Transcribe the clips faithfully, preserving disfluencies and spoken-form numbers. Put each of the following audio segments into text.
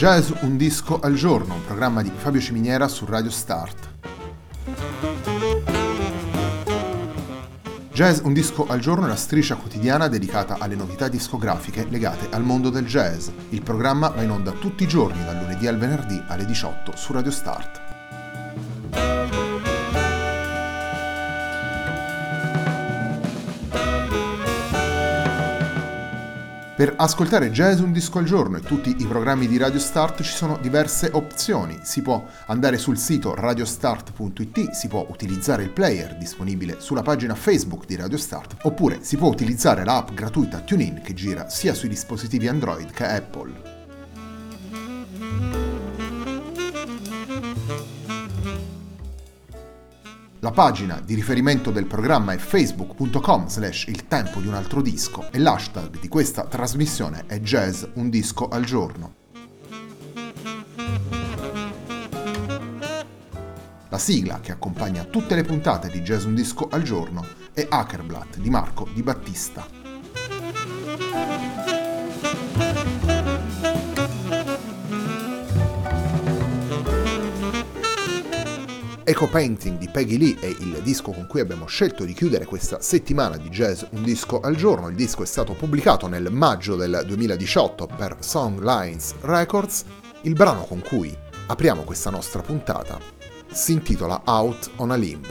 Jazz un disco al giorno, un programma di Fabio Ciminiera su Radio Start. Jazz un disco al giorno è la striscia quotidiana dedicata alle novità discografiche legate al mondo del jazz. Il programma va in onda tutti i giorni, dal lunedì al venerdì alle diciotto su Radio Start. Per ascoltare Jazz un disco al giorno e tutti i programmi di Radio Start ci sono diverse opzioni. Si può andare sul sito radiostart punto it, si può utilizzare il player disponibile sulla pagina Facebook di Radio Start, oppure si può utilizzare l'app gratuita TuneIn che gira sia sui dispositivi Android che Apple. La pagina di riferimento del programma è facebook punto com slash il tempo di un altro disco e l'hashtag di questa trasmissione è Jazz un disco al giorno. La sigla che accompagna tutte le puntate di Jazz un disco al giorno è Ackerblatt di Marco Di Battista. Echo Painting di Peggy Lee è il disco con cui abbiamo scelto di chiudere questa settimana di Jazz un disco al giorno. Il disco è stato pubblicato nel maggio del duemiladiciotto per Songlines Records. Il brano con cui apriamo questa nostra puntata si intitola Out on a Limb.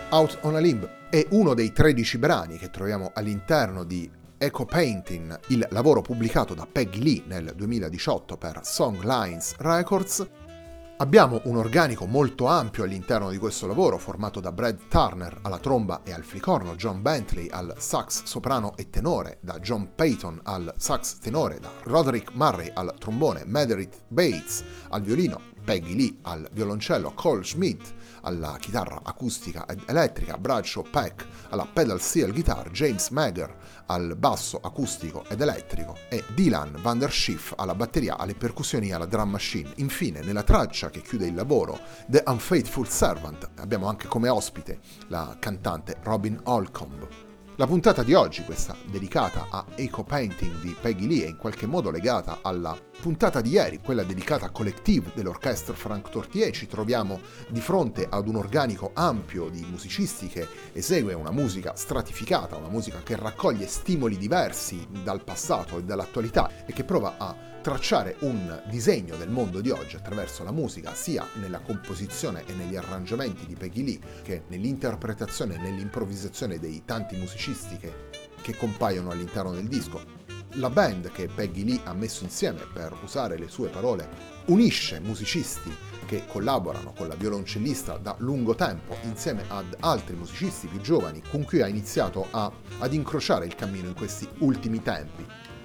Out on a Limb è uno dei tredici brani che troviamo all'interno di Echo Painting, il lavoro pubblicato da Peggy Lee nel duemiladiciotto per Songlines Records. Abbiamo un organico molto ampio all'interno di questo lavoro, formato da Brad Turner alla tromba e al flicorno, John Bentley al sax soprano e tenore, da John Payton al sax tenore, da Roderick Murray al trombone, Meredith Bates al violino, Peggy Lee al violoncello, Cole Schmidt alla chitarra acustica ed elettrica, Bradshaw Peck alla pedal steel guitar, James Mager al basso acustico ed elettrico e Dylan Van der Schiff alla batteria, alle percussioni e alla drum machine. Infine, nella traccia che chiude il lavoro, The Unfaithful Servant, abbiamo anche come ospite la cantante Robin Holcomb. La puntata di oggi, questa dedicata a Echo Painting di Peggy Lee, è in qualche modo legata alla puntata di ieri, quella dedicata a Collective dell'Orchestre Frank Tortier. Ci troviamo di fronte ad un organico ampio di musicisti che esegue una musica stratificata, una musica che raccoglie stimoli diversi dal passato e dall'attualità e che prova a tracciare un disegno del mondo di oggi attraverso la musica, sia nella composizione e negli arrangiamenti di Peggy Lee che nell'interpretazione e nell'improvvisazione dei tanti musicisti che, che compaiono all'interno del disco. La band che Peggy Lee ha messo insieme, per usare le sue parole, unisce musicisti che collaborano con la violoncellista da lungo tempo insieme ad altri musicisti più giovani con cui ha iniziato a, ad incrociare il cammino in questi ultimi tempi.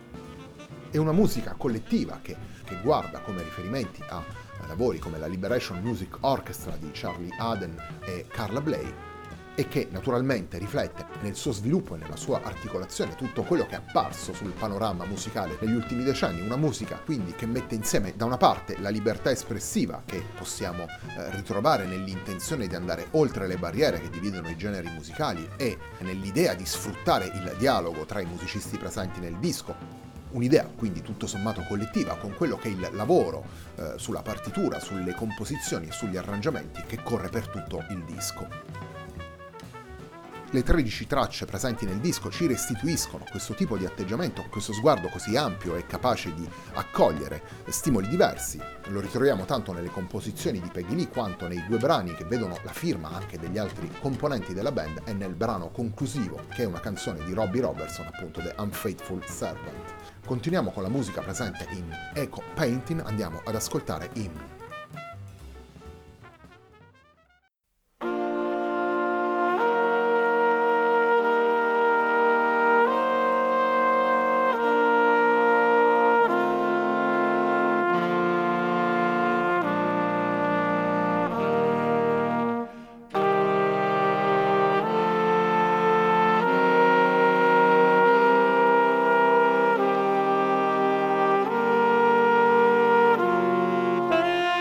È una musica collettiva che, che guarda come riferimenti a, a lavori come la Liberation Music Orchestra di Charlie Haden e Carla Bley e che naturalmente riflette nel suo sviluppo e nella sua articolazione tutto quello che è apparso sul panorama musicale negli ultimi decenni. Una musica quindi che mette insieme da una parte la libertà espressiva che possiamo eh, ritrovare nell'intenzione di andare oltre le barriere che dividono i generi musicali e nell'idea di sfruttare il dialogo tra i musicisti presenti nel disco. Un'idea quindi tutto sommato collettiva con quello che è il lavoro eh, sulla partitura, sulle composizioni e sugli arrangiamenti che corre per tutto il disco. Le tredici tracce presenti nel disco ci restituiscono questo tipo di atteggiamento, questo sguardo così ampio e capace di accogliere stimoli diversi. Lo ritroviamo tanto nelle composizioni di Peggy Lee quanto nei due brani che vedono la firma anche degli altri componenti della band e nel brano conclusivo, che è una canzone di Robbie Robertson, appunto The Unfaithful Servant. Continuiamo con la musica presente in Echo Painting, andiamo ad ascoltare Hymn. Thank you.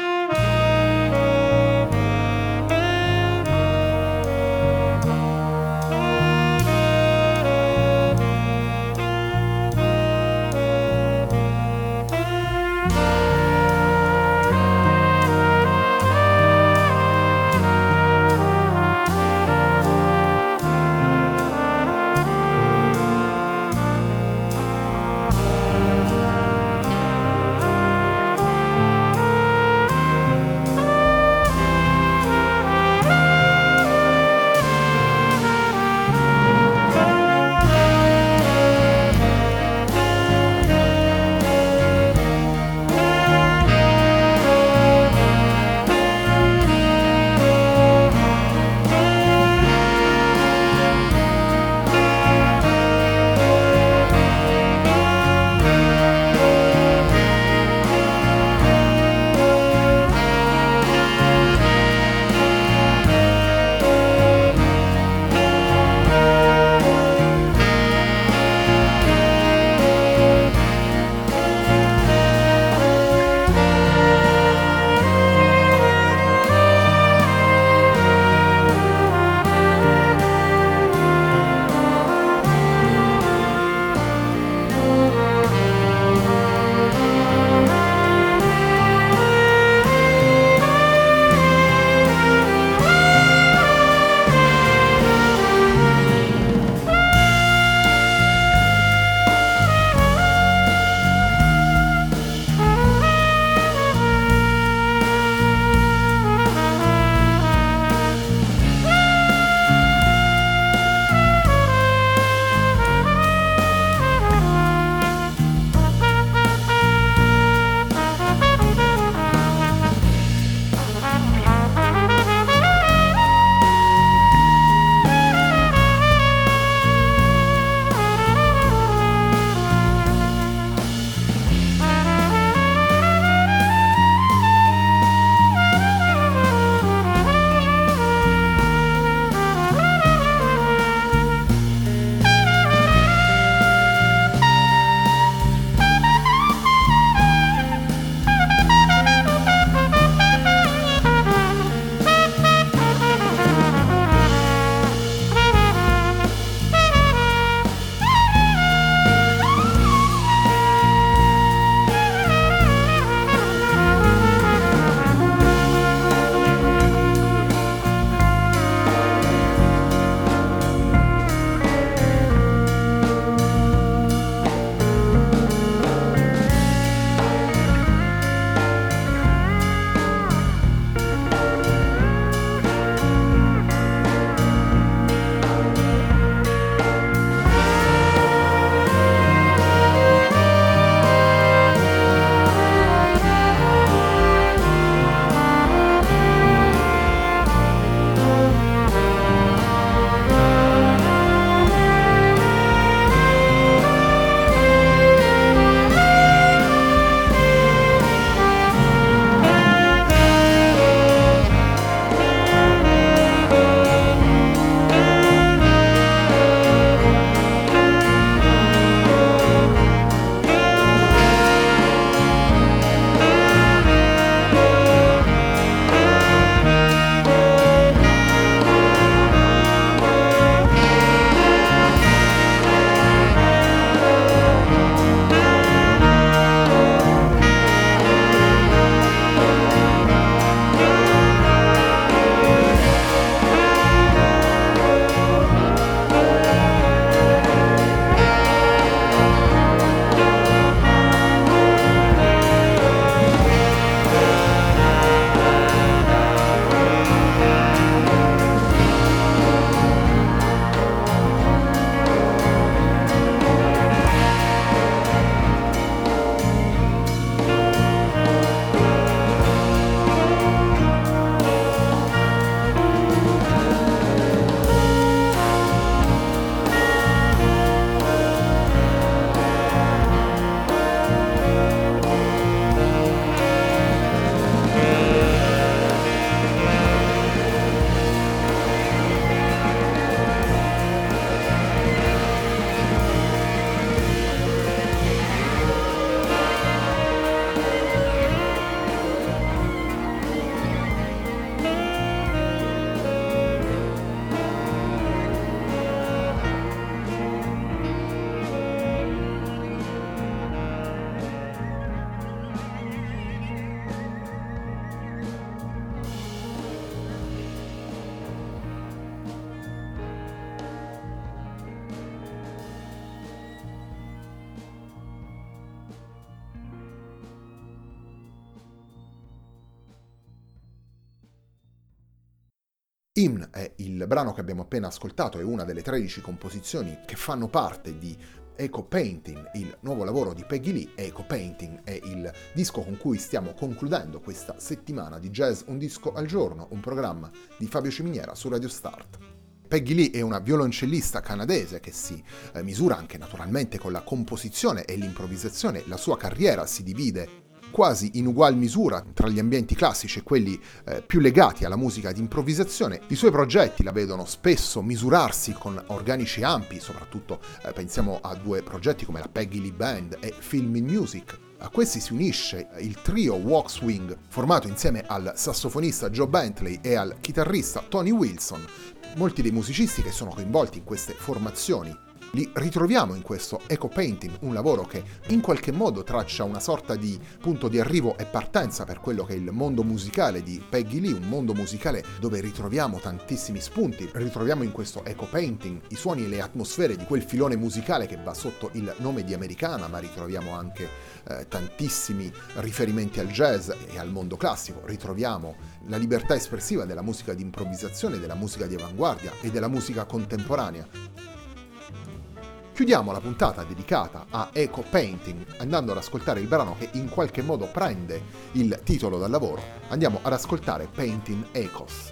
Hymn è il brano che abbiamo appena ascoltato, è una delle tredici composizioni che fanno parte di Echo Painting, il nuovo lavoro di Peggy Lee. Echo Painting è il disco con cui stiamo concludendo questa settimana di Jazz Un Disco al Giorno, un programma di Fabio Ciminiera su Radio Start. Peggy Lee è una violoncellista canadese che si eh, misura anche naturalmente con la composizione e l'improvvisazione. La sua carriera si divide quasi in ugual misura tra gli ambienti classici e quelli eh, più legati alla musica di improvvisazione. I suoi progetti la vedono spesso misurarsi con organici ampi, soprattutto eh, pensiamo a due progetti come la Peggy Lee Band e Film in Music. A questi si unisce il trio Walk Swing, formato insieme al sassofonista Joe Bentley e al chitarrista Tony Wilson. Molti dei musicisti che sono coinvolti in queste formazioni li ritroviamo in questo Echo Painting, un lavoro che in qualche modo traccia una sorta di punto di arrivo e partenza per quello che è il mondo musicale di Peggy Lee, un mondo musicale dove ritroviamo tantissimi spunti, ritroviamo in questo Echo Painting i suoni e le atmosfere di quel filone musicale che va sotto il nome di Americana, ma ritroviamo anche eh, tantissimi riferimenti al jazz e al mondo classico, ritroviamo la libertà espressiva della musica di improvvisazione, della musica di avanguardia e della musica contemporanea. Chiudiamo la puntata dedicata a Echo Painting andando ad ascoltare il brano che in qualche modo prende il titolo dal lavoro. Andiamo ad ascoltare Painting Echoes.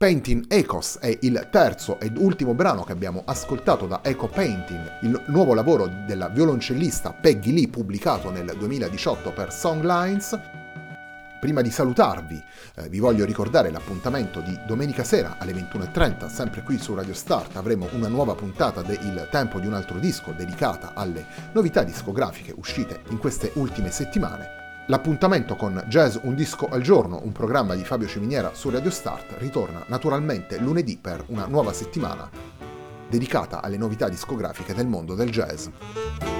Painting Echos è il terzo ed ultimo brano che abbiamo ascoltato da Echo Painting, il nuovo lavoro della violoncellista Peggy Lee pubblicato nel duemiladiciotto per Songlines. Prima di salutarvi, eh, vi voglio ricordare l'appuntamento di domenica sera alle ventuno e trenta, sempre qui su Radio Start. Avremo una nuova puntata de Il tempo di un altro disco dedicata alle novità discografiche uscite in queste ultime settimane. L'appuntamento con Jazz Un Disco al Giorno, un programma di Fabio Ciminiera su Radio Start, ritorna naturalmente lunedì per una nuova settimana dedicata alle novità discografiche del mondo del jazz.